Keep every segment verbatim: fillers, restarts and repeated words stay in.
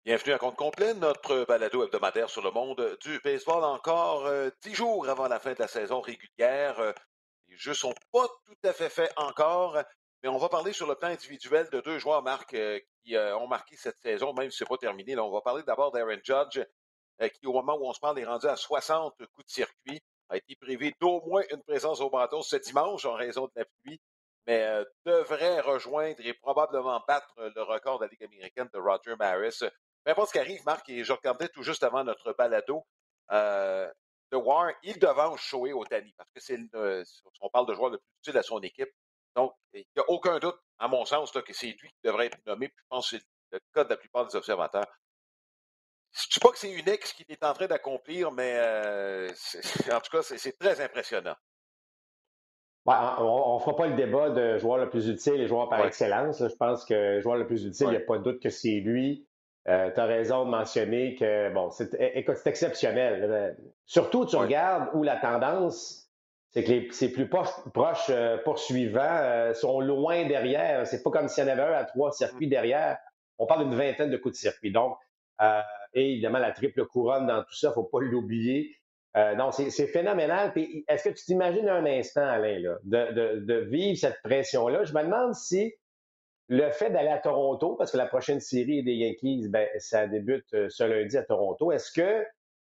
Bienvenue à compte complet, notre balado hebdomadaire sur le monde du baseball. Encore euh, dix jours avant la fin de la saison régulière. Euh, les jeux sont pas tout à fait faits encore, mais on va parler sur le plan individuel de deux joueurs, Marc, euh, qui euh, ont marqué cette saison, même si c'est pas terminé. Là, on va parler d'abord d'Aaron Judge, euh, qui, au moment où on se parle, est rendu à soixante coups de circuit, a été privé d'au moins une présence au bâton ce dimanche en raison de la pluie, mais euh, devrait rejoindre et probablement battre le record de la Ligue américaine de Roger Maris. Peu importe ce qui arrive, Marc, et je regardais tout juste avant notre balado, euh, The War, il devance Shohei Ohtani, parce que c'est le, on parle de joueur le plus utile à son équipe. Donc, il n'y a aucun doute, à mon sens, là, que c'est lui qui devrait être nommé, puis je pense que c'est le cas de la plupart des observateurs. Je ne dis pas que c'est unique ce qu'il est en train d'accomplir, mais euh, en tout cas, c'est très impressionnant. Ouais, on ne fera pas le débat de joueur le plus utile et joueur par Ouais. excellence. Je pense que le joueur le plus utile, il Ouais. n'y a pas de doute que c'est lui. Euh, tu as raison de mentionner que, bon, c'est, écoute, c'est exceptionnel. Surtout, tu Ouais. regardes où la tendance, c'est que les, ses plus proches, proches euh, poursuivants euh, sont loin derrière. C'est pas comme s'il y en avait un à trois circuits derrière. On parle d'une vingtaine de coups de circuit. Donc, euh, et évidemment, la triple couronne dans tout ça, il ne faut pas l'oublier. Euh, non, c'est, c'est phénoménal. Puis, est-ce que tu t'imagines un instant, Alain, là, de, de, de vivre cette pression-là? Je me demande si le fait d'aller à Toronto, parce que la prochaine série des Yankees, ben, ça débute ce lundi à Toronto. Est-ce que,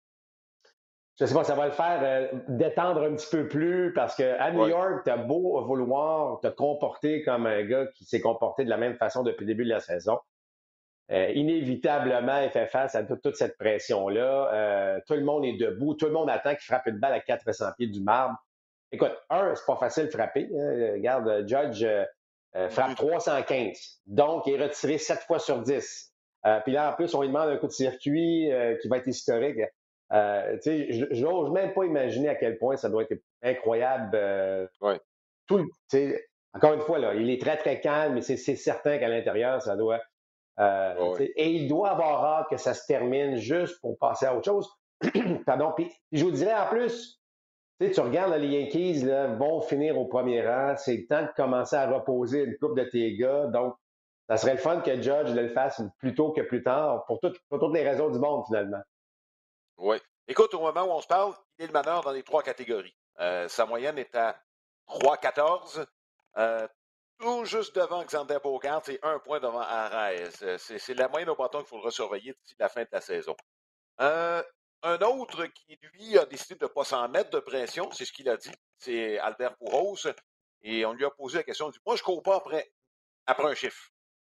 je ne sais pas, ça va le faire euh, détendre un petit peu plus? Parce qu'à New Ouais. York, tu as beau vouloir te comporter comme un gars qui s'est comporté de la même façon depuis le début de la saison. Euh, inévitablement, il fait face à toute, toute cette pression-là. Euh, tout le monde est debout. Tout le monde attend qu'il frappe une balle à quatre cents pieds du marbre. Écoute, un, c'est pas facile de frapper. Hein. Regarde, Judge euh, euh, frappe Mm-hmm. trois cent quinze. Donc, il est retiré sept fois sur dix. Euh, puis là, en plus, on lui demande un coup de circuit euh, qui va être historique. Euh, tu sais, j'ose même pas imaginer à quel point ça doit être incroyable. Euh, Ouais. tout, encore une fois, là, il est très, très calme, mais c'est, c'est certain qu'à l'intérieur, ça doit euh, Ouais. et il doit avoir hâte que ça se termine juste pour passer à autre chose. Pardon. Puis, je vous dirais en plus, tu regardes là, les Yankees là, vont finir au premier rang. C'est le temps de commencer à reposer une coupe de tes gars. Donc, ça serait le fun que Judge le fasse plus tôt que plus tard pour, tout, pour toutes les raisons du monde, finalement. Oui. Écoute, au moment où on se parle, il est le meneur dans les trois catégories. Euh, sa moyenne est à trois quatorze. Euh, tout juste devant Xander Bogart, c'est un point devant Arraez. C'est, c'est la moyenne au bâton qu'il faudra surveiller d'ici la fin de la saison. Euh, un autre qui, lui, a décidé de ne pas s'en mettre de pression, c'est ce qu'il a dit, c'est Albert Pujols. Et on lui a posé la question, il dit, moi, je ne cours pas après, après un chiffre.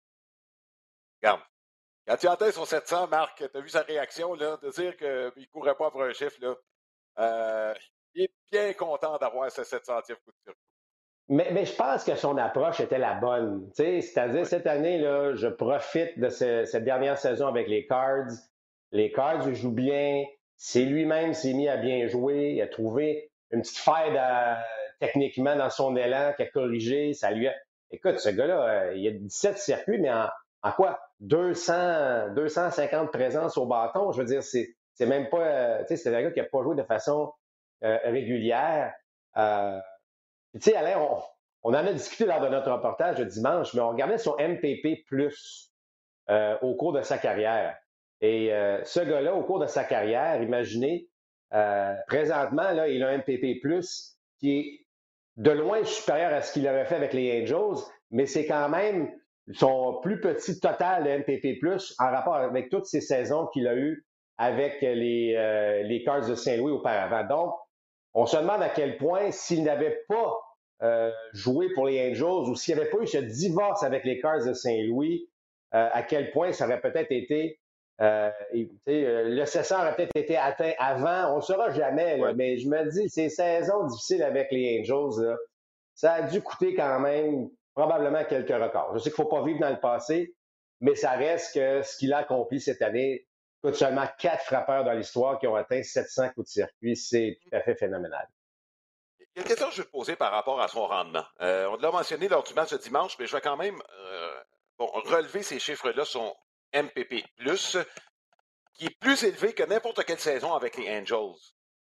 Regarde. Quand il atteint son sept cents, Marc, tu as vu sa réaction, là, de dire qu'il ne courait pas après un chiffre, là. Euh, il est bien content d'avoir ce sept centième coup de circuit. Mais, mais je pense que son approche était la bonne. C'est-à-dire, Ouais. cette année, là, je profite de ce, cette dernière saison avec les Cards. Les Cards jouent bien. C'est lui-même s'est mis à bien jouer. Il a trouvé une petite faille à- techniquement dans son élan qui a corrigé. Ça lui a... Écoute, ce gars-là, euh, il a dix-sept circuits, mais en, en quoi? deux cents, deux cent cinquante présences au bâton. Je veux dire, c'est, c'est même pas... euh, tu sais, c'est un gars qui n'a pas joué de façon euh, régulière. Euh, tu sais, Alain, on, on en a discuté lors de notre reportage de dimanche, mais on regardait son M P P plus euh, au cours de sa carrière. Et euh, ce gars-là, au cours de sa carrière, imaginez, euh, présentement, là, il a un M P P plus qui est de loin supérieur à ce qu'il avait fait avec les Angels, mais c'est quand même son plus petit total de M P P plus en rapport avec toutes ces saisons qu'il a eues avec les, euh, les Cards de Saint-Louis auparavant. Donc, on se demande à quel point, s'il n'avait pas euh, joué pour les Angels ou s'il n'y avait pas eu ce divorce avec les Cards de Saint-Louis, euh, à quel point ça aurait peut-être été, euh, euh, le cessant aurait peut-être été atteint avant. On ne le saura jamais, là, Ouais. mais je me dis, ces saisons difficiles avec les Angels, là, ça a dû coûter quand même probablement quelques records. Je sais qu'il ne faut pas vivre dans le passé, mais ça reste que ce qu'il a accompli cette année, coûte seulement quatre frappeurs dans l'histoire qui ont atteint sept cents coups de circuit. C'est tout à fait phénoménal. Il y a une question que je vais te poser par rapport à son rendement. Euh, on l'a mentionné lors du match de dimanche, mais je vais quand même euh, bon, relever ces chiffres-là, son M P P plus, qui est plus élevé que n'importe quelle saison avec les Angels.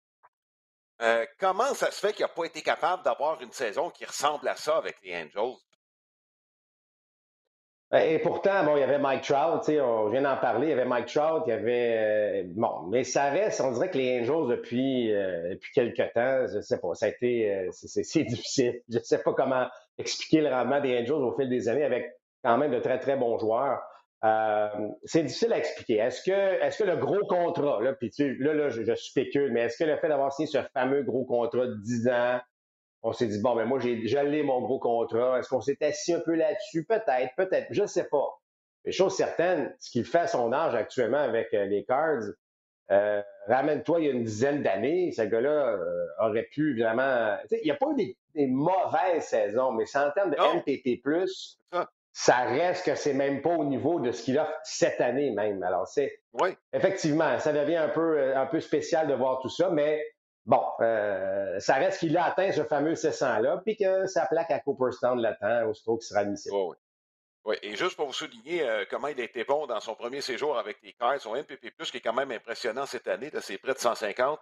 Euh, comment ça se fait qu'il n'a pas été capable d'avoir une saison qui ressemble à ça avec les Angels? Et pourtant, bon, il y avait Mike Trout, tu sais, on vient d'en parler, il y avait Mike Trout, il y avait... euh, bon, mais ça reste, on dirait que les Angels, depuis, euh, depuis quelques temps, je sais pas, ça a été... euh, c'est c'est- c'est difficile. Je sais pas comment expliquer le rendement des Angels au fil des années avec quand même de très, très bons joueurs. Euh, c'est difficile à expliquer. Est-ce que, est-ce que le gros contrat, là, puis tu, là, là, je, je spécule, mais est-ce que le fait d'avoir signé ce fameux gros contrat de dix ans, on s'est dit, bon, ben moi, j'ai j'allais mon gros contrat. Est-ce qu'on s'est assis un peu là-dessus? Peut-être, peut-être, je ne sais pas. Mais chose certaine, ce qu'il fait à son âge actuellement avec euh, les Cards, euh, ramène-toi il y a une dizaine d'années, ce gars-là euh, aurait pu vraiment... Tu sais, il n'y a pas eu des, des mauvaises saisons, mais c'est en termes de Non, M P P plus, c'est ça. ça reste que c'est même pas au niveau de ce qu'il offre cette année même. Alors, c'est Oui. effectivement, ça devient un peu, euh, un peu spécial de voir tout ça, mais bon, euh, ça reste qu'il a atteint ce fameux sept cents-là, puis que sa plaque à Cooperstown l'attend aussitôt qu'il sera admissible. Oui, oui. Oui, et juste pour vous souligner euh, comment il a été bon dans son premier séjour avec les Cards, son M P P plus, qui est quand même impressionnant cette année, là, c'est près de cent cinquante.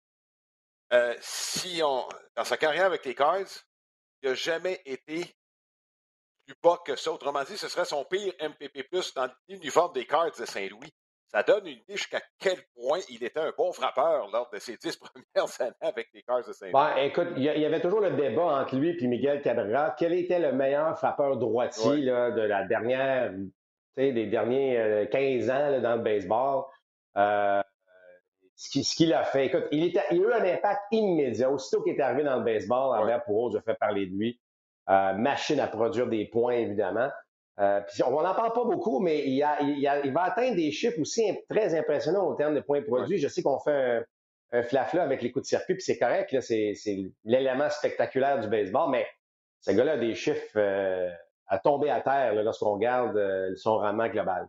Euh, si on, dans sa carrière avec les Cards, il n'a jamais été plus bas que ça. Autrement dit, ce serait son pire M P P plus dans l'uniforme des Cards de Saint-Louis. Ça donne une idée jusqu'à quel point il était un bon frappeur lors de ses dix premières années avec les Cards de Saint-Louis. Bon, écoute, il y, a- il y avait toujours le débat entre lui et Miguel Cabrera. Quel était le meilleur frappeur Oui, droitier là, de la dernière, tu sais, des derniers euh, quinze ans là, dans le baseball? Euh, ce qui- ce qu'il a fait, écoute, il, était, il a eu un impact immédiat. Aussitôt qu'il est arrivé dans le baseball, oui, Albert Pujols a fait parler de lui. Euh, machine à produire des points, évidemment. Euh, puis on n'en parle pas beaucoup, mais il, a, il, a, il va atteindre des chiffres aussi très impressionnants au terme de points oui. produits. Je sais qu'on fait un, un flafla avec les coups de circuit, puis c'est correct, là, c'est, c'est l'élément spectaculaire du baseball, mais ce gars-là a des chiffres euh, à tomber à terre là, lorsqu'on regarde euh, son rendement global.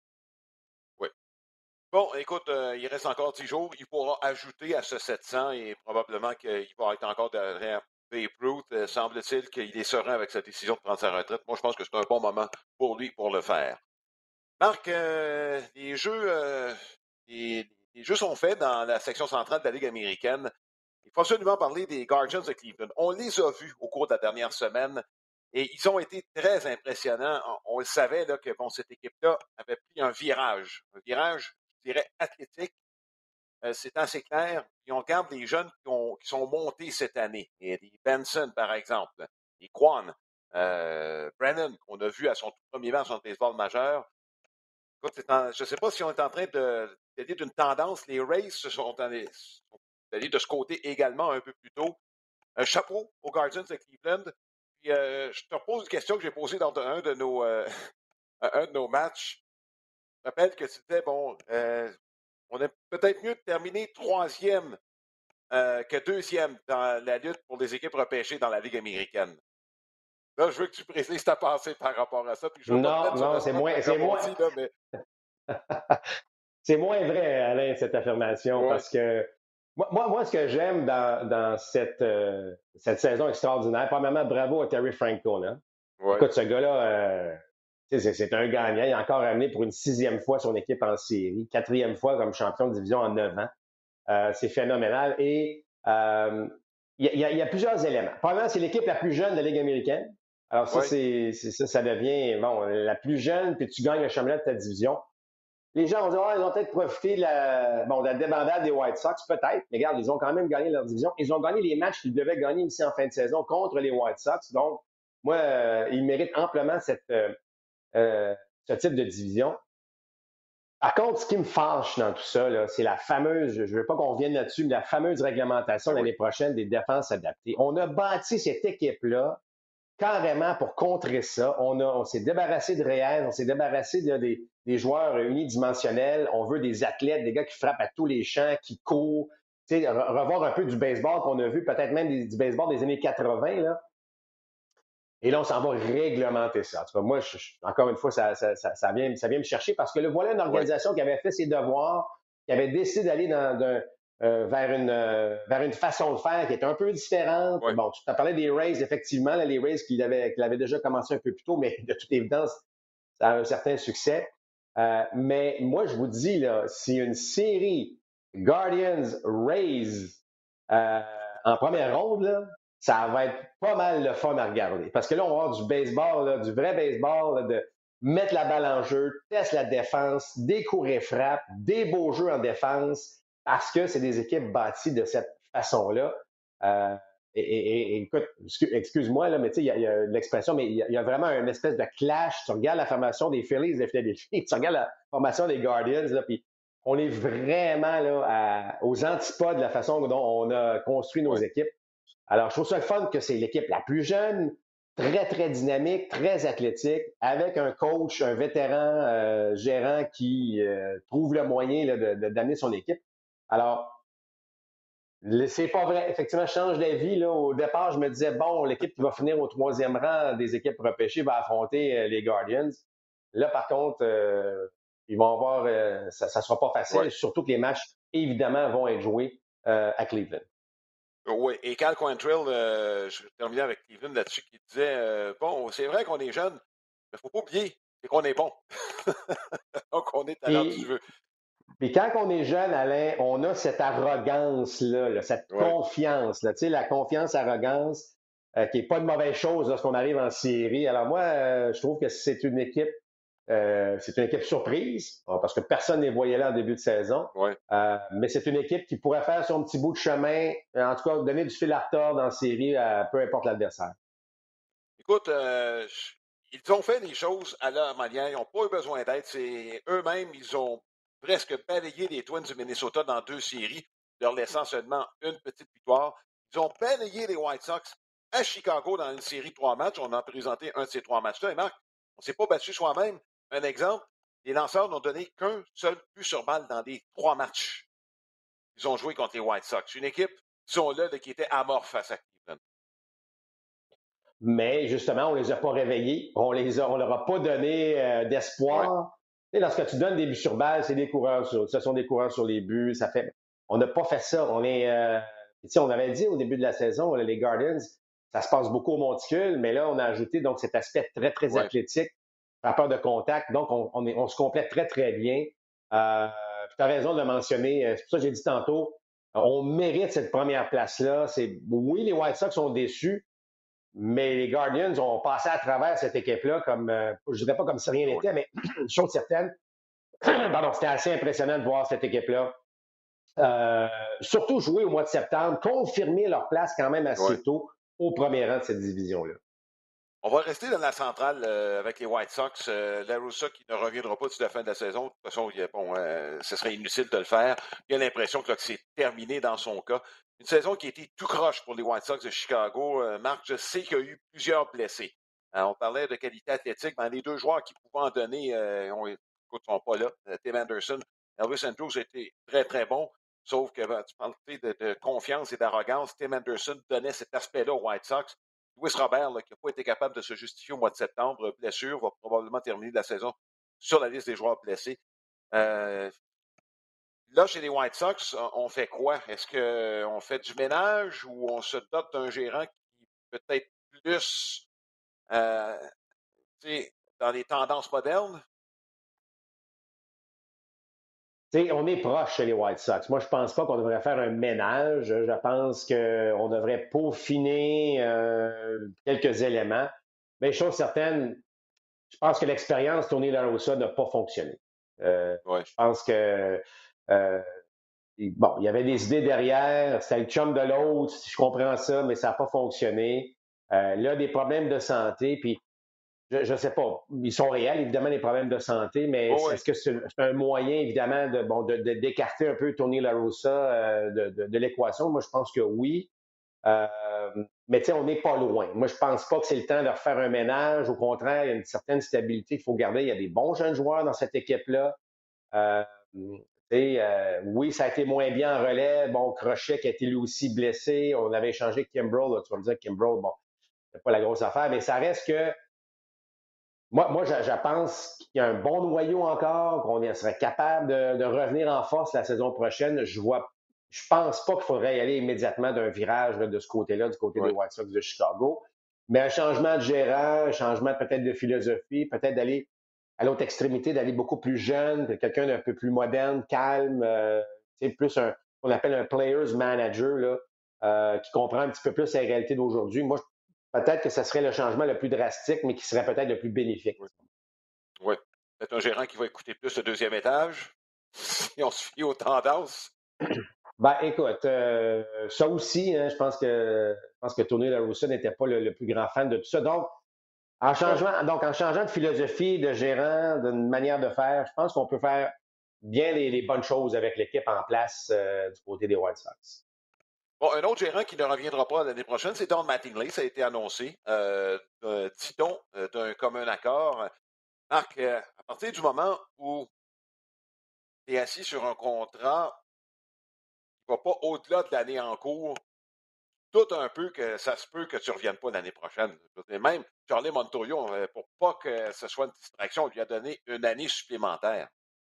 Oui. Bon, écoute, euh, il reste encore dix jours. Il pourra ajouter à ce sept cents et probablement qu'il va être encore derrière Babe Ruth. Euh, semble-t-il qu'il est serein avec sa décision de prendre sa retraite. Moi, je pense que c'est un bon moment pour lui pour le faire. Marc, euh, les jeux, euh, les, les jeux sont faits dans la section centrale de la Ligue américaine. Il faut absolument parler des Guardians de Cleveland. On les a vus au cours de la dernière semaine et ils ont été très impressionnants. On, on le savait là, que bon, cette équipe-là avait pris un virage, un virage, je dirais, athlétique. Euh, c'est assez clair. Puis on regarde les jeunes qui, ont, qui sont montés cette année. Il y a des Benson, par exemple, des Quan, euh, Brennan, qu'on a vu à son tout premier match en baseball majeur. Écoute, en, je ne sais pas si on est en train de d'aller d'une tendance. Les Rays se sont allés, sont allés de ce côté également un peu plus tôt. Un chapeau aux Guardians de Cleveland. Puis, euh, je te repose une question que j'ai posée dans un de nos, euh, un de nos matchs. Je rappelle que c'était, bon, euh, on a peut-être mieux de terminer troisième euh, que deuxième dans la lutte pour les équipes repêchées dans la Ligue américaine. Là, je veux que tu précises ta pensée par rapport à ça. Puis je ne veux pas te Non, mettre sur le non, c'est spot, moins, c'est comme on moins, dit, là, mais c'est moins vrai, Alain, cette affirmation, oui, parce que moi, moi, moi, ce que j'aime dans, dans cette, euh, cette saison extraordinaire, premièrement, bravo à Terry Francona. oui, Écoute, ce gars-là, euh, tu sais, c'est c'est un gagnant. Il a encore amené pour une sixième fois son équipe en série, quatrième fois comme champion de division en neuf ans. Euh, c'est phénoménal. Et euh, il y, a- il y a plusieurs éléments. Premièrement, c'est l'équipe la plus jeune de la Ligue américaine. Alors ça, oui, c'est c'est- ça, ça devient bon, la plus jeune, puis tu gagnes le championnat de ta division. Les gens vont dire, ah, ils ont peut-être profité de la, bon, de la débandade des White Sox, peut-être, mais regarde, ils ont quand même gagné leur division. Ils ont gagné les matchs qu'ils devaient gagner ici en fin de saison contre les White Sox. Donc, moi, euh, ils méritent amplement cette, euh, euh, ce type de division. Par contre, ce qui me fâche dans tout ça, là, c'est la fameuse, je ne veux pas qu'on revienne là-dessus, mais la fameuse réglementation ben oui, l'année prochaine des défenses adaptées. On a bâti cette équipe-là carrément pour contrer ça. On, a, on s'est débarrassé de Reyes, on s'est débarrassé de, des, des joueurs unidimensionnels. On veut des athlètes, des gars qui frappent à tous les champs, qui courent. Tu sais, re- revoir un peu du baseball qu'on a vu, peut-être même des- du baseball des années quatre-vingts. Là. Et là, on s'en va réglementer ça. En tout cas, moi, je, je- encore une fois, ça, ça, ça, ça vient, ça vient me chercher parce que là, voilà une oui, organisation qui avait fait ses devoirs, qui avait décidé d'aller dans, d'un, euh, vers, une, euh, vers une façon de faire qui est un peu différente. oui, Bon, tu as parlé des Rays, effectivement, là, les Rays qui avaient, qui avaient déjà commencé un peu plus tôt, mais de toute évidence, ça a un certain succès. Euh, mais moi, je vous dis, là, si une série Guardians Rays euh, en première ronde, là, ça va être pas mal le fun à regarder. Parce que là, on va avoir du baseball, là, du vrai baseball, là, de, mettre la balle en jeu, teste la défense, des cours et frappes, des beaux jeux en défense, parce que c'est des équipes bâties de cette façon-là. Euh, et, et, et, écoute, excuse-moi, là, mais tu sais, il y, a, il y a l'expression, mais il y, a, il y a vraiment une espèce de clash. Tu regardes la formation des Phillies de Philadelphie, tu regardes la formation des Guardians, là, puis on est vraiment là, à, aux antipodes de la façon dont on a construit nos Ouais. équipes. Alors, je trouve ça le fun que c'est l'équipe la plus jeune, très, très dynamique, très athlétique, avec un coach, un vétéran euh, gérant qui euh, trouve le moyen là, de, de, d'amener son équipe. Alors, c'est pas vrai. Effectivement, je change d'avis. Là. Au départ, je me disais, bon, l'équipe qui va finir au troisième rang des équipes repêchées va affronter euh, les Guardians. Là, par contre, euh, ils vont avoir, euh, ça ne sera pas facile, Ouais. surtout que les matchs, évidemment, vont être joués euh, à Cleveland. Oui, et Cal Quantrill, euh, je terminais avec Cleveland là-dessus, qui disait euh, bon, c'est vrai qu'on est jeune, mais il ne faut pas oublier, c'est qu'on est bon. Donc, on est à l'heure du Puis, jeu. puis quand on est jeune, Alain, on a cette arrogance-là, là, cette Ouais. confiance, là, tu sais, la confiance-arrogance, euh, qui n'est pas une mauvaise chose lorsqu'on arrive en série. Alors moi, euh, je trouve que c'est une équipe Euh, c'est une équipe surprise, parce que personne ne les voyait là en début de saison. Ouais. Euh, mais c'est une équipe qui pourrait faire son petit bout de chemin, en tout cas donner du fil à retordre dans la série, à peu importe l'adversaire. Écoute, euh, ils ont fait les choses à leur manière. Ils n'ont pas eu besoin d'aide. C'est eux-mêmes, ils ont presque balayé les Twins du Minnesota dans deux séries, leur laissant seulement une petite victoire. Ils ont balayé les White Sox à Chicago dans une série de trois matchs. On a présenté un de ces trois matchs-là. Et Marc, on ne s'est pas battu soi-même. Un exemple, les lanceurs n'ont donné qu'un seul but sur balle dans les trois matchs. Ils ont joué contre les White Sox. Une équipe, disons-le, qui était amorphe face à Cleveland. Mais justement, on ne les a pas réveillés. On les a, on leur a pas donné euh, Ouais. d'espoir. Tu sais, lorsque tu donnes des buts sur balle, c'est des coureurs sur, ce sont des coureurs sur les buts. Ça fait, on n'a pas fait ça. On est, euh, tu sais, on avait dit au début de la saison, les Guardians, ça se passe beaucoup au monticule, mais là, on a ajouté donc cet aspect très, très Ouais. athlétique, rapport de contact. Donc, on, on, est, on se complète très, très bien. Euh, tu as raison de le mentionner. C'est pour ça que j'ai dit tantôt, on mérite cette première place-là. C'est, oui, les White Sox sont déçus, mais les Guardians ont passé à travers cette équipe-là comme, euh, je ne dirais pas comme si rien Ouais. n'était, mais chose certaine, pardon, c'était assez impressionnant de voir cette équipe-là. Euh, surtout jouer au mois de septembre, confirmer leur place quand même Ouais. assez tôt au premier rang de cette division-là. On va rester dans la centrale euh, avec les White Sox. Euh, La Russa qui ne reviendra pas d'ici la fin de la saison. De toute façon, il y a, bon, euh, ce serait inutile de le faire. Il a l'impression que, là, que c'est terminé dans son cas. Une saison qui a été tout croche pour les White Sox de Chicago. Euh, Marc, je sais qu'il y a eu plusieurs blessés. Euh, on parlait de qualité athlétique, mais les deux joueurs qui pouvaient en donner, euh, on, écoute, sont pas là. Euh, Tim Anderson, Elvis Andrus a été très, très bon. Sauf que ben, tu parles de, de confiance et d'arrogance. Tim Anderson donnait cet aspect-là aux White Sox. Louis Robert, là, qui n'a pas été capable de se justifier au mois de septembre, blessure, va probablement terminer la saison sur la liste des joueurs blessés. Euh, là, chez les White Sox, on fait quoi? Est-ce qu'on fait du ménage ou on se dote d'un gérant qui peut-être plus euh, dans les tendances modernes? T'sais, on est proche chez les White Sox. Moi, je pense pas qu'on devrait faire un ménage. Je pense qu'on devrait peaufiner euh, quelques éléments. Mais chose certaine, je pense que l'expérience Tony La Russa n'a pas fonctionné. Euh, Oui. je pense que euh, bon, il y avait des idées derrière, c'était le chum de l'autre, je comprends ça, mais ça n'a pas fonctionné. Euh, là, des problèmes de santé, puis je ne sais pas, ils sont réels, évidemment, les problèmes de santé, mais Oh, oui. est-ce que c'est un moyen, évidemment, de, bon, de, de, d'écarter un peu Tony La Russa euh, de, de, de l'équation? Moi, je pense que oui. Euh, mais tu sais, on n'est pas loin. Moi, je pense pas que c'est le temps de refaire un ménage. Au contraire, il y a une certaine stabilité qu'il faut garder. Il y a des bons jeunes joueurs dans cette équipe-là. Euh, euh, oui, ça a été moins bien en relais. Bon, Crochet qui a été lui aussi blessé. On avait échangé Kimbrel. Là, tu vas me dire Kimbrel, bon, c'est pas la grosse affaire, mais ça reste que moi, moi je, je pense qu'il y a un bon noyau encore, qu'on serait capable de, de revenir en force la saison prochaine. Je vois, je pense pas qu'il faudrait y aller immédiatement d'un virage là, de ce côté-là, du côté Oui. des White Sox de Chicago. Mais un changement de gérant, un changement peut-être de philosophie, peut-être d'aller à l'autre extrémité, d'aller beaucoup plus jeune, quelqu'un d'un peu plus moderne, calme, euh, plus un, qu'on appelle un player's manager, là, euh, qui comprend un petit peu plus la réalité d'aujourd'hui. Moi, peut-être que ce serait le changement le plus drastique, mais qui serait peut-être le plus bénéfique. Oui. Oui. Peut-être un gérant qui va écouter plus le deuxième étage, si on se fie aux tendances. Ben, écoute, euh, ça aussi, hein, je pense que je pense que Tony La Russa n'était pas le, le plus grand fan de tout ça. Donc, en Ouais. changeant, donc, en changeant de philosophie, de gérant, d'une manière de faire, je pense qu'on peut faire bien les, les bonnes choses avec l'équipe en place euh, du côté des White Sox. Bon, un autre gérant qui ne reviendra pas l'année prochaine, c'est Don Mattingly. Ça a été annoncé. Euh, euh, dit-on, euh, d'un commun accord. Marc, euh, à partir du moment où tu es assis sur un contrat qui ne va pas au-delà de l'année en cours, doute un peu que ça se peut que tu ne reviennes pas l'année prochaine. Et même Charlie Montoyo, euh, pour pas que ce soit une distraction, on lui a donné une année supplémentaire.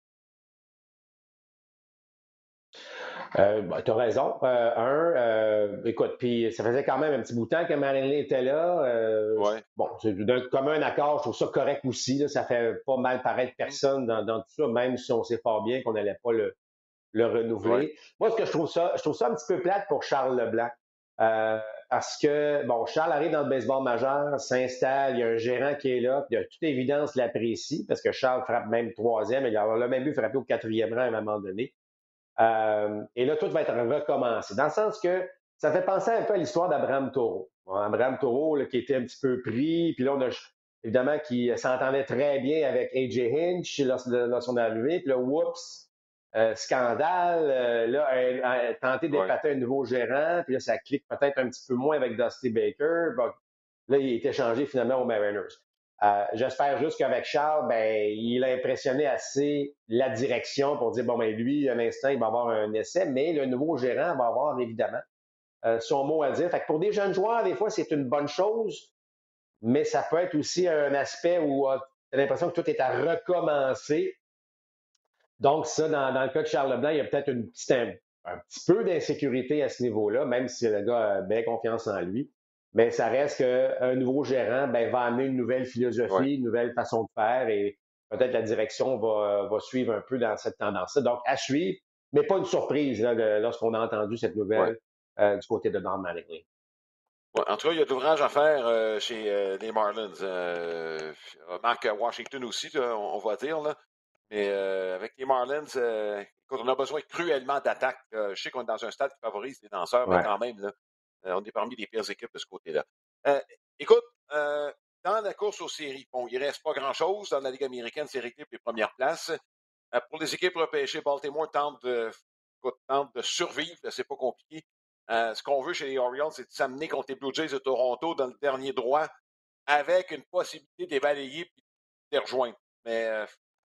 Euh, ben, tu as raison. Euh, un, euh, écoute, puis ça faisait quand même un petit bout de temps que Marilyn était là. Euh, je- Oui. bon, c'est d'un commun accord, je trouve ça correct aussi. Là, ça fait pas mal paraître Mm. personne dans, dans tout ça, même si on sait fort bien qu'on n'allait pas le, le Ouais. renouveler. Moi, ce que je trouve ça, je trouve ça un petit peu plate pour Charles Leblanc. Euh, parce que, bon, Charles arrive dans le baseball majeur, s'installe, il y a un gérant qui est là, puis de toute évidence l'apprécie, parce que Charles frappe même troisième, il l'a même vu frapper au quatrième rang à un moment donné. Euh, et là, tout va être recommencé. Dans le sens que ça fait penser un peu à l'histoire d'Abraham Taureau. Bon, Abraham Taureau, là, qui était un petit peu pris, puis là, on a évidemment qui s'entendait très bien avec A J Hinch lorsqu'on est arrivé, puis là, oups, euh, scandale, euh, là, elle a tenté Ouais. d'épater un nouveau gérant, puis là, ça clique peut-être un petit peu moins avec Dusty Baker. Bon, là, il a été changé finalement aux Mariners. Euh, j'espère juste qu'avec Charles, ben, il a impressionné assez la direction pour dire, bon, ben, lui, un instant, il va avoir un essai, mais le nouveau gérant va avoir évidemment euh, son mot à dire. Fait que pour des jeunes joueurs, des fois, c'est une bonne chose, mais ça peut être aussi un aspect où euh, tu as l'impression que tout est à recommencer. Donc, ça, dans, dans le cas de Charles Leblanc, il y a peut-être une petite, un, un petit peu d'insécurité à ce niveau-là, même si le gars a bien confiance en lui. Mais ça reste qu'un nouveau gérant ben, va amener une nouvelle Ouais. philosophie, une nouvelle façon de faire et peut-être la direction va, va suivre un peu dans cette tendance-là. Donc, à suivre, mais pas une surprise là, de- lorsqu'on a entendu cette Ouais. nouvelle euh, du côté de Don Mattingly. Ouais. En tout cas, il y a de l'ouvrage à faire euh, chez euh, les Marlins. Euh, Marc Washington aussi, là, on, on va dire. Là. Mais euh, avec les Marlins, euh, écoute, on a besoin cruellement d'attaque. Je sais qu'on est dans un stade qui favorise les lanceurs, mais Ouais. quand même, là, euh, on est parmi les pires équipes de ce côté-là. Euh, écoute, euh, dans la course aux séries, bon, il ne reste pas grand-chose. Dans la Ligue américaine, c'est réglé pour les premières places. Euh, pour les équipes repêchées, Baltimore tente de, écoute, tente de survivre. C'est pas compliqué. Euh, ce qu'on veut chez les Orioles, c'est de s'amener contre les Blue Jays de Toronto dans le dernier droit avec une possibilité de les balayer et de les rejoindre. Mais euh,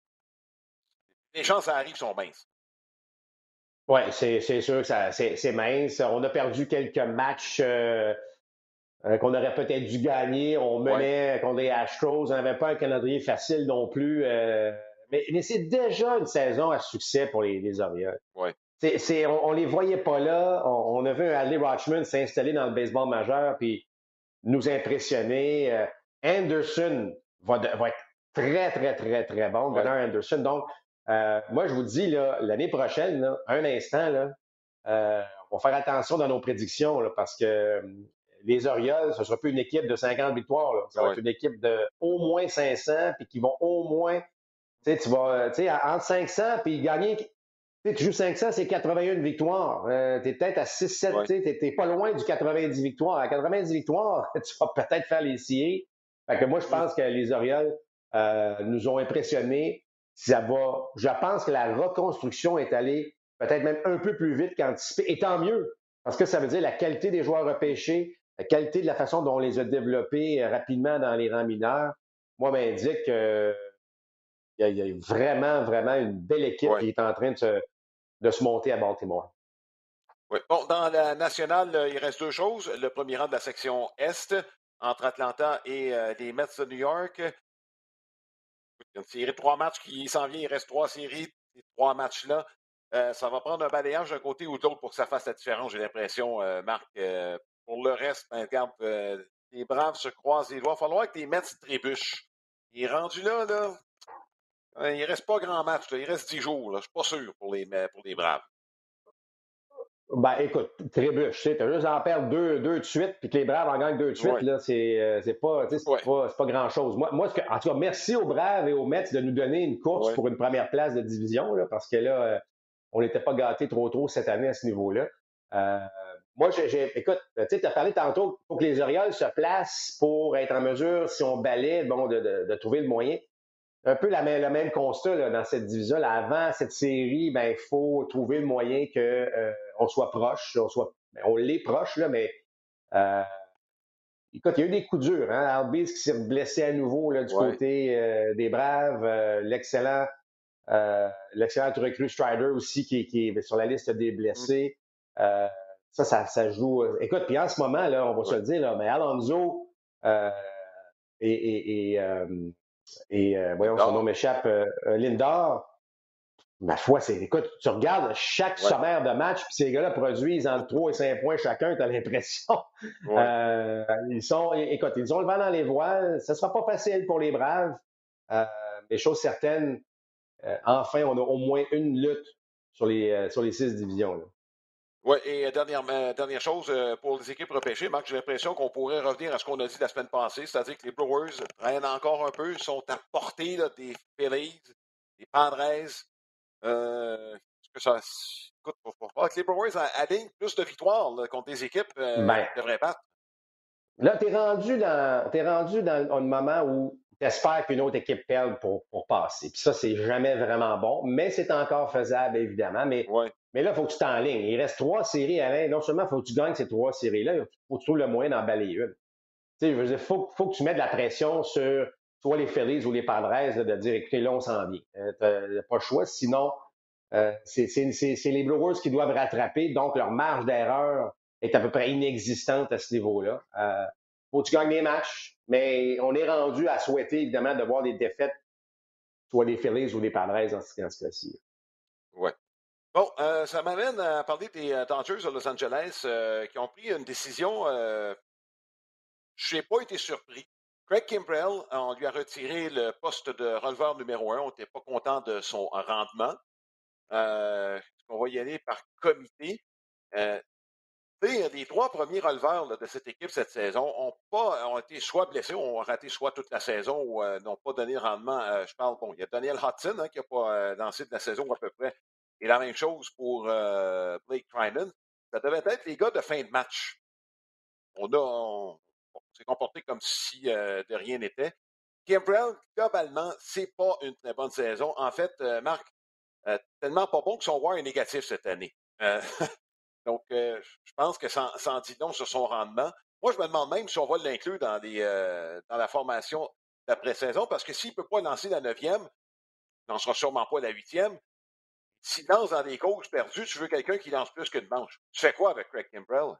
les chances, ça arrive, sont minces. Oui, c'est, c'est sûr que ça, c'est, c'est mince. On a perdu quelques matchs euh, euh, qu'on aurait peut-être dû gagner. On Ouais. menait contre les Astros. On n'avait pas un calendrier facile non plus. euh, mais, mais c'est déjà une saison à succès pour les, les Orioles. Ouais. C'est, c'est, on, on les voyait pas là. On, on a vu un Adley Rutschman s'installer dans le baseball majeur puis nous impressionner. Euh, Anderson va, de- va être très, très, très, très bon. Ouais. Gunnar Anderson. Donc, euh, moi, je vous dis, là, l'année prochaine, là, un instant, là, euh, on va faire attention dans nos prédictions là, parce que euh, les Orioles, ce ne sera plus une équipe de cinquante victoires. Là. Ça va Ouais. être une équipe de au moins cinq cents puis qui vont au moins, tu sais, tu vas, tu sais, entre cinq cents puis gagner. Tu sais, tu joues cinq cents, c'est quatre-vingt-une victoires. Euh, tu es peut-être à six sept, Ouais. tu n'es pas loin du quatre-vingt-dix victoires. À quatre-vingt-dix victoires, tu vas peut-être faire les C A. Fait que moi, je Hum. pense que les Orioles euh, nous ont impressionnés. Ça va, je pense que la reconstruction est allée peut-être même un peu plus vite qu'anticipé. Et tant mieux, parce que ça veut dire la qualité des joueurs Hum. repêchés, la qualité de la façon dont on les a développés euh, rapidement dans les rangs mineurs, moi, m'indique qu'il y, y, a vraiment, vraiment une belle équipe Ouais. qui est en train de se, de se monter à Baltimore. Ouais. Bon, dans la nationale, euh, il reste deux choses. Le premier rang de la section Est, entre Atlanta et euh, les Mets de New York. Il y a une série de trois matchs qui s'en vient. Il reste trois séries. Ces trois matchs-là, euh, ça va prendre un balayage d'un côté ou de l'autre pour que ça fasse la différence, j'ai l'impression, euh, Marc. Euh, pour le reste, ben, regarde, euh, les Braves se croisent les doigts. Il va falloir que les Mets trébuchent. Il est rendu là, là. Euh, il ne reste pas grand match. Là. Il reste dix jours. Là. Je ne suis pas sûr pour les, pour les Braves. Ben, écoute, trébuche, tu sais, t'as juste à en perdre deux, deux de suite, puis que les Braves en gagnent deux de suite, Oui, là, c'est, euh, c'est pas, tu sais, oui, c'est pas, c'est pas grand-chose. Moi, moi ce que- en tout cas, merci aux Braves et aux Mets de nous donner une course oui. pour une première place de division, là, parce que là, euh, on n'était pas gâtés trop trop cette année à ce niveau-là. Euh, moi, j'ai, j'ai- écoute, tu sais, tu as parlé tantôt, il faut que les Orioles se placent pour être en mesure, si on balaie, bon, de, de, de trouver le moyen. Un peu la même, le même constat là, dans cette division-là. Avant cette série, ben, il faut trouver le moyen qu'on euh, soit proche. On, soit, ben, on l'est proche, là, mais euh, écoute, il y a eu des coups durs. Hein? Albies qui s'est blessé à nouveau là, du Ouais. côté euh, des Braves. Euh, l'excellent, euh, l'excellent recrue Strider aussi qui, qui est sur la liste des Mm, blessés. Euh, ça, ça, ça joue. Écoute, puis en ce moment, là, on va se ouais. le dire, là, mais Alonso euh, et, et, et euh, et euh, voyons, son nom Lindor. m'échappe, euh, euh, Lindor, ma foi, c'est, écoute, tu regardes chaque Ouais. sommaire de match, puis ces gars-là produisent entre trois et cinq points chacun, tu as l'impression. Ouais. Euh, ils sont, écoute, ils ont le vent dans les voiles. Ce ne sera pas facile pour les Braves. Euh, mais chose certaine, euh, enfin, on a au moins une lutte sur les, euh, sur les six divisions. Là. Ouais, et euh, dernière, euh, dernière chose, euh, pour les équipes repêchées, Marc, j'ai l'impression qu'on pourrait revenir à ce qu'on a dit la semaine passée, c'est-à-dire que les Brewers traînent encore un peu, sont à portée là, des Phillies, des Padres. Euh, est-ce que ça, écoute, faut, faut pas que les Brewers a- alignent plus de victoires là, contre des équipes euh, Ben, qui devraient battre. là, tu es rendu dans, t'es rendu dans un moment où tu espères qu'une autre équipe perde pour, pour passer. Puis ça, c'est jamais vraiment bon, mais c'est encore faisable, évidemment. Mais, Oui, mais là, il faut que tu t'enlignes. Il reste trois séries, Alain. Non seulement il faut que tu gagnes ces trois séries-là, il faut que tu trouves le moyen d'en balayer une. Tu sais, je veux dire, il faut, faut que tu mettes de la pression sur soit les Phillies ou les Padres là, de dire, écoutez, là, on s'en vient. Euh, tu n'as pas le choix. Sinon, euh, c'est c'est- c'est- c'est les Brewers qui doivent rattraper. Donc, leur marge d'erreur est à peu près inexistante à ce niveau-là. Euh, faut que tu gagnes des matchs, mais on est rendu à souhaiter, évidemment, de voir des défaites, soit des Phillies ou des Padres dans ce, dans ce cas-ci. oui. Bon, euh, ça m'amène à parler des euh, Dodgers de Los Angeles euh, qui ont pris une décision. Euh, je n'ai pas été surpris. Craig Kimbrell, on lui a retiré le poste de releveur numéro un. On n'était pas content de son rendement. Euh, on va y aller par comité. Euh, les trois premiers releveurs là, de cette équipe cette saison ont pas ont été soit blessés, ont raté soit toute la saison ou euh, n'ont pas donné le rendement. Euh, je parle, bon, il y a Daniel Hudson hein, qui n'a pas euh, lancé de la saison à peu près. Et la même chose pour euh, Blake Trinan. Ça devait être les gars de fin de match. On a on, on s'est comporté comme si euh, de rien n'était. Kimbrell, globalement, c'est pas une très bonne saison. En fait, euh, Marc, euh, tellement pas bon que son war est négatif cette année. Euh, donc, euh, je pense que ça, ça en dit long sur son rendement. Moi, je me demande même si on va l'inclure dans, les, euh, dans la formation d'après-saison, parce que s'il ne peut pas lancer la neuvième, il n'en sera sûrement pas la huitième. S'il lance dans des causes perdues, tu veux quelqu'un qui lance plus qu'une manche. Tu fais quoi avec Craig Kimbrell?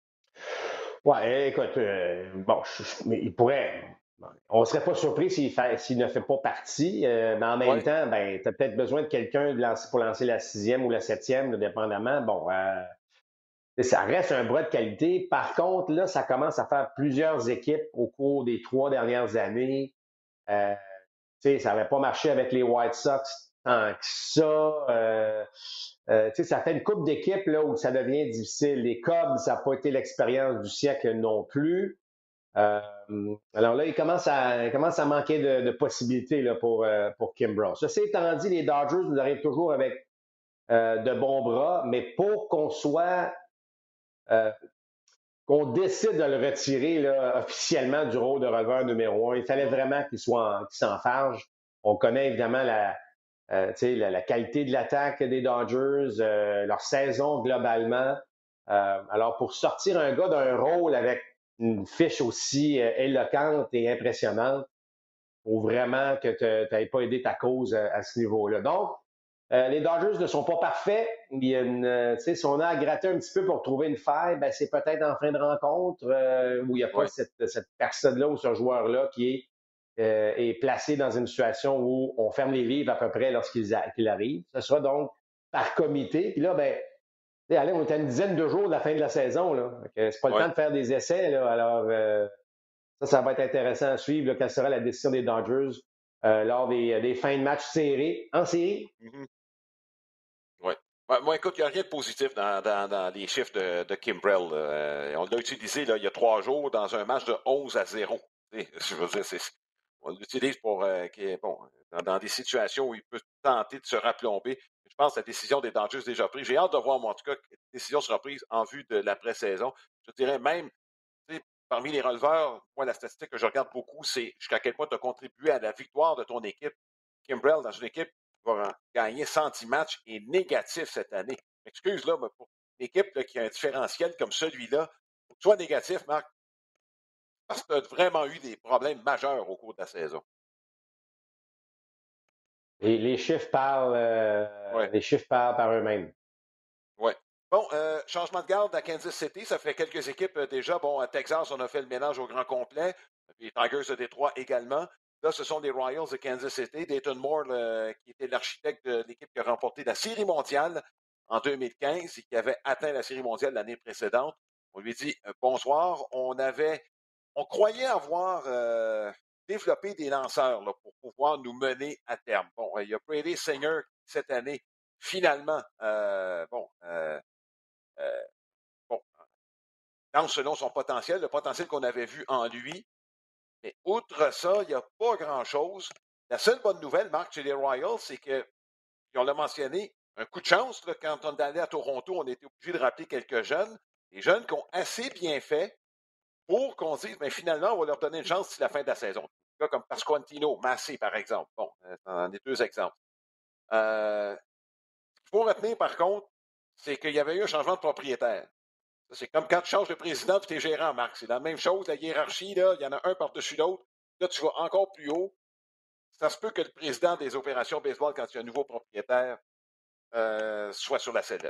Ouais, écoute, euh, bon, je- je- mais il pourrait. On ne serait pas surpris s'il, fait- s'il ne fait pas partie, euh, mais en même Oui, temps, ben, tu as peut-être besoin de quelqu'un de lancer- pour lancer la sixième ou la septième, là, dépendamment. Bon, euh, ça reste un bras de qualité. Par contre, là, ça commence à faire plusieurs équipes au cours des trois dernières années. Euh, tu sais, ça n'avait pas marché avec les White Sox tant que ça. Euh, euh, tu sais, ça fait une coupe d'équipes là où ça devient difficile. Les Cubs, ça n'a pas été l'expérience du siècle non plus. Euh, alors là, il commence à, il commence à manquer de, de possibilités là, pour, euh, pour Kimbrel. Ceci étant dit, les Dodgers nous arrivent toujours avec euh, de bons bras, mais pour qu'on soit euh, qu'on décide de le retirer là, officiellement du rôle de releveur numéro un, il fallait vraiment qu'il soit en, qu'il s'enfarge. On connaît évidemment la, euh, la, la qualité de l'attaque des Dodgers, euh, leur saison globalement. Euh, alors, pour sortir un gars d'un rôle avec une fiche aussi euh, éloquente et impressionnante, il faut vraiment que tu n'aies pas aidé ta cause à, à ce niveau-là. Donc, euh, les Dodgers ne sont pas parfaits. Il y a une, euh, si on a à gratter un petit peu pour trouver une faille, ben, c'est peut-être en fin de rencontre euh, où il n'y a pas oui, cette, cette personne-là ou ce joueur-là qui est, euh, est placé dans une situation où on ferme les livres à peu près lorsqu'il qu arrive. Ce sera donc par comité. Puis là, ben, allez, on est à une dizaine de jours de la fin de la saison. Là. C'est pas le oui. temps de faire des essais. Là. Alors, euh, ça, ça va être intéressant à suivre. Là, quelle sera la décision des Dodgers euh, lors des, des fins de match serrés en série? Mhm. Oui. Ouais, moi, écoute, il n'y a rien de positif dans, dans, dans les chiffres de, de Kimbrell. Euh, on l'a utilisé là, il y a trois jours dans un match de onze à zéro. Je veux dire, c'est, on l'utilise pour euh, qui est, bon, dans, dans des situations où il peut tenter de se raplomber. Je pense que la décision des Dodgers est déjà prise. J'ai hâte de voir, moi, en tout cas, que la décision sera prise en vue de l'après-saison. Je dirais même, tu sais, parmi les releveurs, moi, la statistique que je regarde beaucoup, c'est jusqu'à quel point tu as contribué à la victoire de ton équipe. Kimbrell, dans une équipe qui va gagner cent dix matchs, est négatif cette année. Excuse, là, mais pour une équipe là, qui a un différentiel comme celui-là, faut que tu sois négatif, Marc, parce que tu as vraiment eu des problèmes majeurs au cours de la saison. Et les chiffres parlent, euh, Ouais. les chiffres parlent par eux-mêmes. Oui. Bon, euh, changement de garde à Kansas City, ça fait quelques équipes euh, déjà. Bon, à Texas, on a fait le ménage au grand complet. Les Tigers de Détroit également. Là, ce sont les Royals de Kansas City. Dayton Moore, le- qui était l'architecte de l'équipe qui a remporté la Série mondiale en deux mille quinze et qui avait atteint la Série mondiale l'année précédente. On lui dit euh, bonsoir. On avait, on croyait avoir euh, développé des lanceurs là, pour pouvoir nous mener à terme. Bon, il y a Brady Singer cette année finalement, euh, bon, euh, euh, bon, lance selon son potentiel, le potentiel qu'on avait vu en lui. Mais outre ça, il n'y a pas grand-chose. La seule bonne nouvelle, Marc, chez les Royals, c'est que, puis on l'a mentionné, un coup de chance, là, quand on est allé à Toronto, on était obligé de rappeler quelques jeunes, des jeunes qui ont assez bien fait pour qu'on dise, mais finalement, on va leur donner une chance d'ici la fin de la saison. Un gars comme Pasquantino, Massé, par exemple. Bon, on est deux exemples. Euh, ce qu'il faut retenir, par contre, c'est qu'il y avait eu un changement de propriétaire. C'est comme quand tu changes de président et tu es gérant, Marc. C'est la même chose, la hiérarchie, là, il y en a un par-dessus l'autre. Là, tu vas encore plus haut. Ça se peut que le président des opérations baseball, quand il y a un nouveau propriétaire, euh, soit sur la sellette.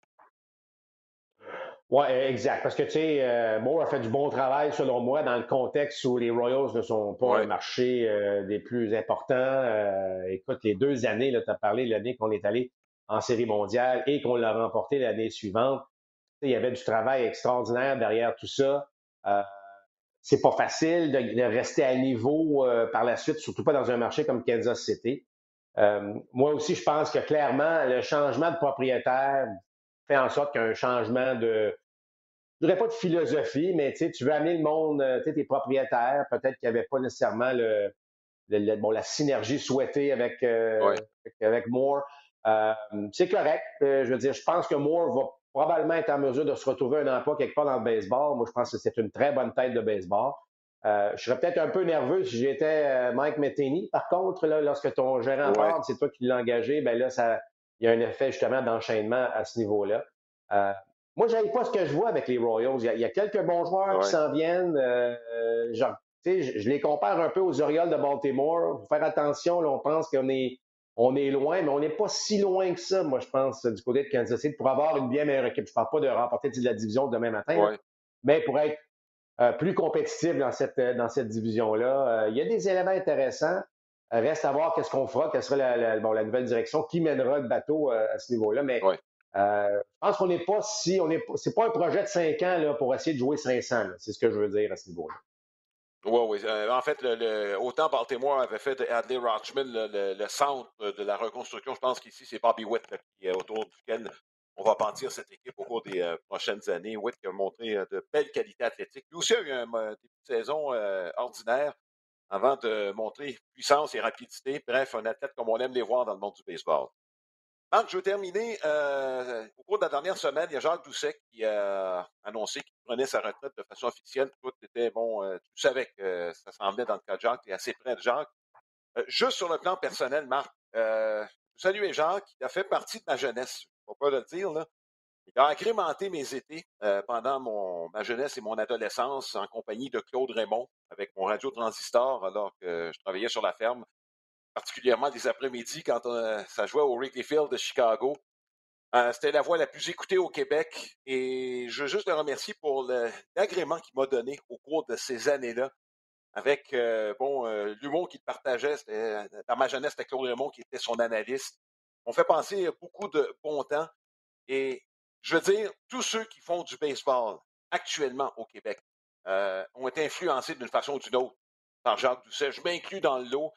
Oui, exact. Parce que, tu sais, euh, Moore a fait du bon travail, selon moi, dans le contexte où les Royals ne sont pas un Oui, marché euh, des plus importants. Euh, écoute, les deux années, tu as parlé l'année qu'on est allé en Série mondiale et qu'on l'a remporté l'année suivante. Tu sais, il y avait du travail extraordinaire derrière tout ça. Euh, c'est pas facile de, de rester à niveau euh, par la suite, surtout pas dans un marché comme Kansas City. Euh, moi aussi, je pense que clairement, le changement de propriétaire fait en sorte qu'il y a un changement de, je dirais pas de philosophie, mais tu sais, tu veux amener le monde, euh, tu sais, tes propriétaires, peut-être qu'il n'y avait pas nécessairement le, le- le- bon, la synergie souhaitée avec, oui, euh, avec Moore. Euh, c'est correct. Euh, je veux dire, je pense que Moore va probablement être en mesure de se retrouver un emploi quelque part dans le baseball. Moi, je pense que c'est une très bonne tête de baseball. Euh, je serais peut-être un peu nerveux si j'étais euh, Mike Matheny. Par contre, là, lorsque ton gérant oui, part, c'est toi qui l'as engagé, ben là, ça, il y a un effet justement d'enchaînement à ce niveau-là. Euh, moi, je n'aime pas ce que je vois avec les Royals. Il y a, il y a quelques bons joueurs qui oui, s'en viennent. Euh, genre, tu sais, je, je les compare un peu aux Orioles de Baltimore. Il faut faire attention, là, on pense qu'on est, on est loin, mais on n'est pas si loin que ça, moi, je pense, du côté de Kansas City, pour avoir une bien meilleure équipe. Je ne parle pas de remporter de la division demain matin, là, oui. mais pour être euh, plus compétitif dans cette, dans cette division-là. Euh, il y a des éléments intéressants. Euh, reste à voir qu'est-ce qu'on fera, quelle sera la, la, bon, la nouvelle direction, qui mènera le bateau euh, à ce niveau-là. Mais Oui. euh, je pense qu'on n'est pas si, on est, c'est pas un projet de cinq ans là, pour essayer de jouer cinq cents. Là. C'est ce que je veux dire à ce niveau-là. Oui, oui. Euh, en fait, le, le, autant Baltimore avait fait de Adley Rutschman le, le, le centre de la reconstruction. Je pense qu'ici, c'est Bobby Witt là, qui est autour duquel on va bâtir cette équipe au cours des euh, prochaines années. Witt qui a montré euh, de belles qualités athlétiques. Lui aussi a eu un euh, début de saison euh, ordinaire avant de montrer puissance et rapidité. Bref, un athlète comme on aime les voir dans le monde du baseball. Marc, je veux terminer. Euh, au cours de la dernière semaine, il y a Jacques Doucet qui a annoncé qu'il prenait sa retraite de façon officielle. Tout était bon. Euh, tu savais que ça s'en venait dans le cas de Jacques. Tu es assez près de Jacques. Euh, juste sur le plan personnel, Marc, euh, je salue Jacques. Il a fait partie de ma jeunesse. Je ne pas le dire, là. Il a agrémenté mes étés euh, pendant mon, ma jeunesse et mon adolescence en compagnie de Claude Raymond avec mon radio transistor alors que je travaillais sur la ferme, particulièrement les après-midi quand on, ça jouait au Wrigley Field de Chicago. Euh, c'était la voix la plus écoutée au Québec et je veux juste le remercier pour le- l'agrément qu'il m'a donné au cours de ces années-là avec euh, bon euh, l'humour qu'il partageait. C'était, dans ma jeunesse, c'était Claude Raymond qui était son analyste. On fait passer beaucoup de bon temps et je veux dire, tous ceux qui font du baseball actuellement au Québec euh, ont été influencés d'une façon ou d'une autre par Jacques Doucet. Je m'inclus dans le lot.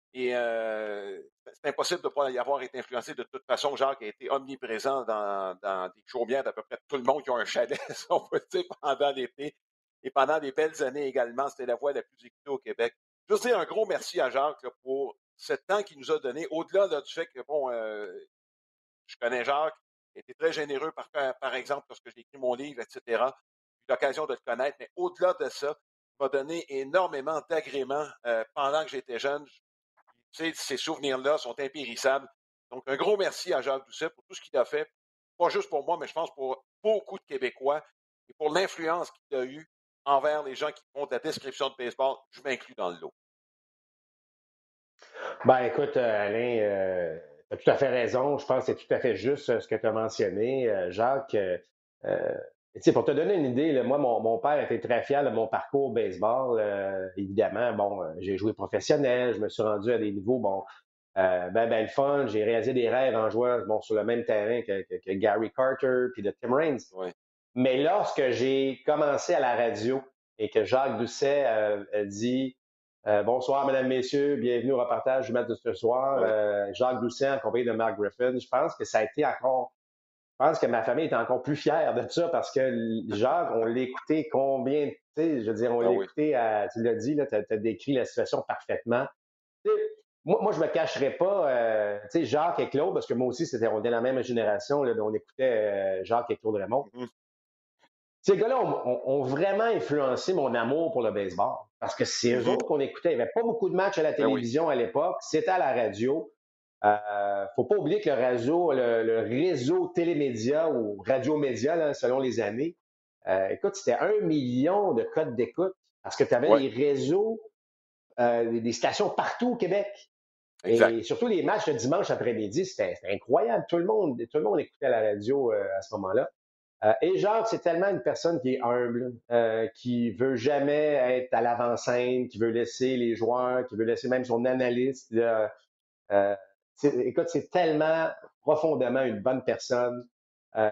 Et euh, c'est impossible de ne pas y avoir été influencé. De toute façon, Jacques a été omniprésent dans, dans des chaumières d'à peu près tout le monde qui a un chalet, si on peut dire, pendant l'été. Et pendant des belles années également, c'était la voix la plus écoutée au Québec. Je veux dire un gros merci à Jacques là, pour ce temps qu'il nous a donné, au-delà là, du fait que, bon, euh, je connais Jacques, il était très généreux, par, par exemple, lorsque j'ai écrit mon livre, et cetera. J'ai eu l'occasion de le connaître, mais au-delà de ça, il m'a donné énormément d'agréments euh, pendant que j'étais jeune. Tu sais, ces souvenirs-là sont impérissables. Donc, un gros merci à Jacques Doucet pour tout ce qu'il a fait, pas juste pour moi, mais je pense pour beaucoup de Québécois et pour l'influence qu'il a eue envers les gens qui font de la description de baseball. Je m'inclus dans le lot. Ben, écoute, euh, Alain, tu as tout à fait raison. Je pense que c'est tout à fait juste euh, ce que tu as mentionné, euh, Jacques. Euh, euh, tu sais, pour te donner une idée, là, moi, mon, mon père était très fier de mon parcours au baseball. Euh, évidemment, bon, euh, j'ai joué professionnel, je me suis rendu à des niveaux, bon, euh, ben, ben, le fun. J'ai réalisé des rêves en jouant, bon, sur le même terrain que, que, que Gary Carter puis de Tim Raines. Oui, Mais lorsque j'ai commencé à la radio et que Jacques Doucet euh, a dit euh, bonsoir, mesdames, messieurs, bienvenue au reportage du match de ce soir, oui, euh, Jacques Doucet en compagnie de Mark Griffin, je pense que ça a été encore, je pense que ma famille est encore plus fière de ça parce que Jacques, on l'a écouté combien, tu sais, je veux dire, on ben l'a oui. écouté, à, tu l'as dit, tu as décrit la situation parfaitement. Tu sais, moi, moi, je me cacherais pas, euh, tu sais, Jacques et Claude, parce que moi aussi, c'était, on était la même génération, là, on écoutait euh, Jacques et Claude Raymond. Mm-hmm. Ces gars-là ont, ont- ont vraiment influencé mon amour pour le baseball. Parce que c'est eux Mm-hmm. autres qu'on écoutait. Il n'y avait pas beaucoup de matchs à la Ben oui, télévision à l'époque. C'était à la radio. Euh, faut pas oublier que le réseau, le, le réseau télémédia ou radiomédia, là, selon les années, euh, écoute, c'était un million de codes d'écoute parce que tu avais ouais, des réseaux, euh, des, des stations partout au Québec. exact. Et surtout les matchs de dimanche après-midi, c'était c'était incroyable. Tout le monde, tout le monde écoutait la radio euh, à ce moment-là. Euh, et Jacques, c'est tellement une personne qui est humble, euh, qui veut jamais être à l'avant-scène, qui veut laisser les joueurs, qui veut laisser même son analyste. Là, euh, c'est- écoute, c'est tellement profondément une bonne personne. Euh,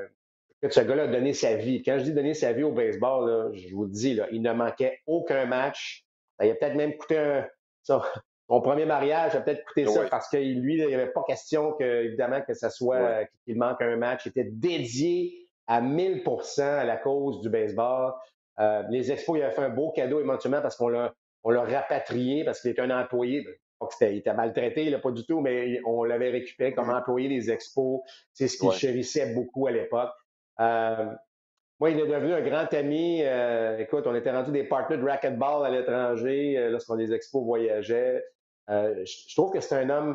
que ce gars-là a donné sa vie. Quand je dis donner sa vie au baseball, là, je vous le dis, là, il ne manquait aucun match. Ça, il a peut-être même coûté un, son, son premier mariage a peut-être coûté ça Oui, parce que lui, là, il n'y avait pas question que, évidemment, que ça oui, soit qu'il manque un match. Il était dédié à mille pour cent à la cause du baseball. Euh, les Expos, il avait fait un beau cadeau éventuellement parce qu'on l'a, on l'a rapatrié parce qu'il était un employé. Pas que c'était, il était maltraité, là, pas du tout, mais on l'avait récupéré comme mm-hmm. employé des Expos. C'est ce qu'il Ouais. chérissait beaucoup à l'époque. Euh, moi, il est devenu un grand ami. Euh, écoute, on était rendu des partenaires de racquetball à l'étranger euh, lorsqu'on les expos voyageait. Euh, je, je trouve que c'est un homme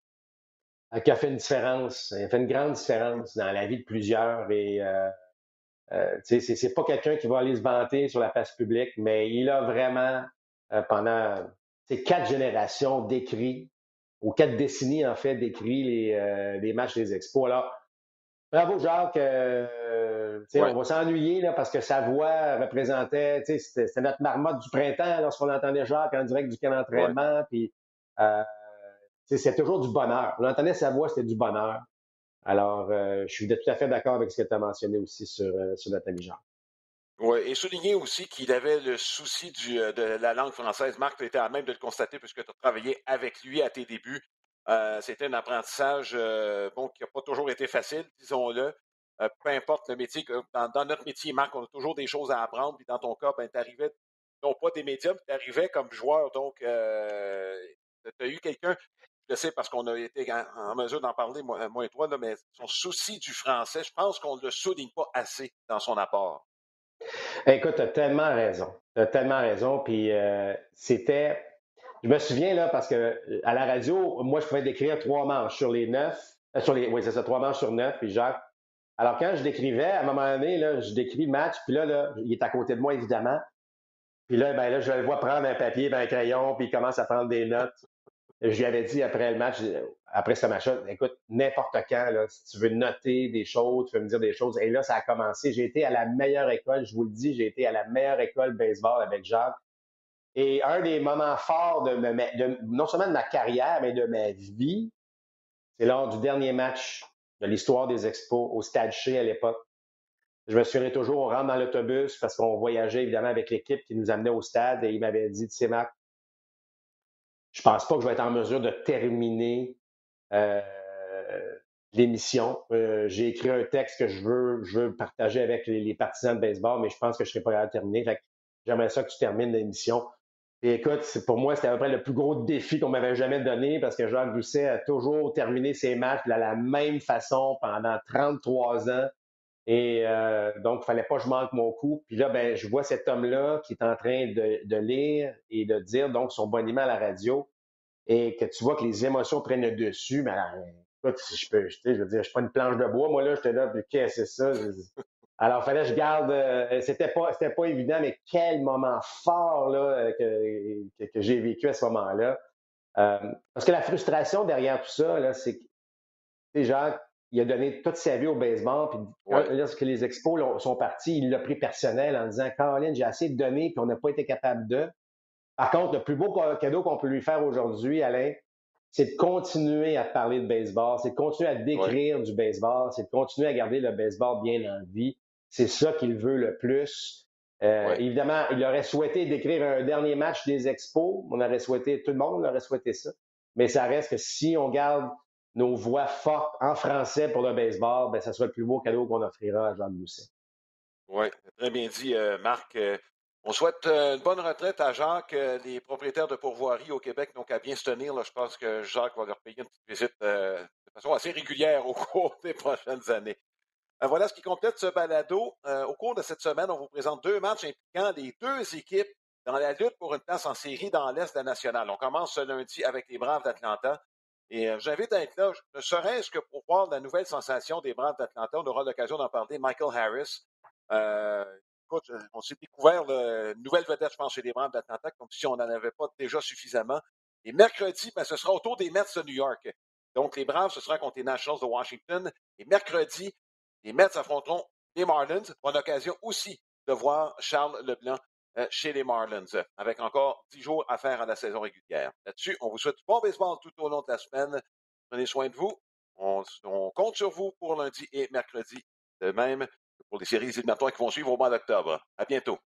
euh, qui a fait une différence. Il a fait une grande Mm-hmm. différence dans la vie de plusieurs. Et euh, euh, c'est, c'est pas quelqu'un qui va aller se vanter sur la place publique, mais il a vraiment, euh, pendant ces quatre générations, décrit, ou quatre décennies en fait, décrit les, euh, les matchs des expos. Alors, bravo, Jacques. Euh, Ouais. on va s'ennuyer là, parce que sa voix représentait, c'était, c'était notre marmotte du printemps lorsqu'on entendait Jacques en direct du camp Ouais. d'entraînement. Puis, euh, c'est toujours du bonheur. On entendait sa voix, c'était du bonheur. Alors, euh, je suis tout à fait d'accord avec ce que tu as mentionné aussi sur, euh, sur notre ami Jacques. Ouais. Et souligner aussi qu'il avait le souci du, euh, de la langue française. Marc, tu étais à même de le constater puisque tu as travaillé avec lui à tes débuts. Euh, c'était un apprentissage euh, bon, qui n'a pas toujours été facile, disons-le. Euh, peu importe le métier, que- dans, dans notre métier, Marc, on a toujours des choses à apprendre. Puis dans ton cas, ben, tu arrivais, non pas des médias, mais tu arrivais comme joueur. Donc, euh, tu as eu quelqu'un, je le sais parce qu'on a été en, en mesure d'en parler, moi, moi et toi, là, mais son souci du français, je pense qu'on ne le souligne pas assez dans son apport. Écoute, tu as tellement raison. Tu as tellement raison. Puis, euh, c'était. Je me souviens, là, parce que euh, à la radio, moi, je pouvais décrire trois manches sur les neuf. Euh, sur les, oui, c'est ça, trois manches sur neuf. Puis Jacques. Alors, quand je décrivais, à un moment donné, là, je décris le match, puis là, là, il est à côté de moi, évidemment. Puis là, ben là, je le vois prendre un papier, ben, un crayon, puis il commence à prendre des notes. Je lui avais dit après le match, après ce match-là, écoute, n'importe quand, là, si tu veux noter des choses, tu veux me dire des choses. Et là, ça a commencé. J'ai été à la meilleure école, je vous le dis, j'ai été à la meilleure école baseball avec Jacques. Et un des moments forts de, ma, de non seulement de ma carrière, mais de ma vie, c'est lors du dernier match de l'histoire des Expos au Stade Chez à l'époque. Je me souviens toujours, on rentre dans l'autobus parce qu'on voyageait évidemment avec l'équipe qui nous amenait au stade et il m'avait dit, tu sais, Marc, je pense pas que je vais être en mesure de terminer euh, l'émission. Euh, j'ai écrit un texte que je veux, je veux partager avec les, les partisans de baseball, mais je pense que je ne serai pas capable de terminer. Fait que j'aimerais ça que tu termines l'émission. Et écoute, pour moi, c'était à peu près le plus gros défi qu'on m'avait jamais donné parce que Jacques Doucet a toujours terminé ses matchs de la même façon pendant trente-trois ans. Et euh, donc, il ne fallait pas que je manque mon coup. Puis là, ben, je vois cet homme-là qui est en train de, de lire et de dire donc son boniment à la radio et que tu vois que les émotions prennent le dessus. Mais alors, écoute, je peux, je, je veux dire, je suis pas une planche de bois. Moi, là, j'étais là, puis qu'est-ce que c'est ça? Alors, il fallait que je garde. Euh, c'était pas, c'était pas évident, mais quel moment fort là, que, que, que j'ai vécu à ce moment-là. Euh, parce que la frustration derrière tout ça, là, c'est que, Jacques, il a donné toute sa vie au baseball, puis quand, Ouais. lorsque les expos là, sont partis, il l'a pris personnel en disant Caroline, j'ai assez donné, puis on n'a pas été capable de. Par contre, le plus beau cadeau qu'on peut lui faire aujourd'hui, Alain, c'est de continuer à parler de baseball, c'est de continuer à Ouais. décrire du baseball, c'est de continuer à garder le baseball bien en vie. C'est ça qu'il veut le plus. Euh, Ouais. évidemment, il aurait souhaité décrire un dernier match des Expos. On aurait souhaité, tout le monde aurait souhaité ça. Mais ça reste que si on garde nos voix fortes en français pour le baseball, ben, ça sera le plus beau cadeau qu'on offrira à Jean Doucet. Oui, très bien dit, euh, Marc. Euh, on souhaite euh, une bonne retraite à Jacques. Euh, les propriétaires de pourvoirie au Québec n'ont qu'à bien se tenir. Là. Je pense que Jacques va leur payer une petite visite euh, de façon assez régulière au cours des prochaines années. Euh, voilà ce qui complète ce balado. Euh, au cours de cette semaine, on vous présente deux matchs impliquant les deux équipes dans la lutte pour une place en série dans l'Est de la nationale. On commence ce lundi avec les Braves d'Atlanta. Et euh, j'invite à être là, ne serait-ce que pour voir la nouvelle sensation des Braves d'Atlanta. On aura l'occasion d'en parler. Michael Harris. Euh, écoute, on s'est découvert une nouvelle vedette, je pense, chez les Braves d'Atlanta, comme si on n'en avait pas déjà suffisamment. Et mercredi, ben, ce sera autour des Mets de New York. Donc, les Braves, ce sera contre les Nationals de Washington. Et mercredi, les Mets affronteront les Marlins. On a l'occasion aussi de voir Charles Leblanc euh, chez les Marlins, avec encore dix jours à faire à la saison régulière. Là-dessus, on vous souhaite du bon baseball tout au long de la semaine. Prenez soin de vous. On, on compte sur vous pour lundi et mercredi. De même pour les séries éliminatoires qui vont suivre au mois d'octobre. À bientôt.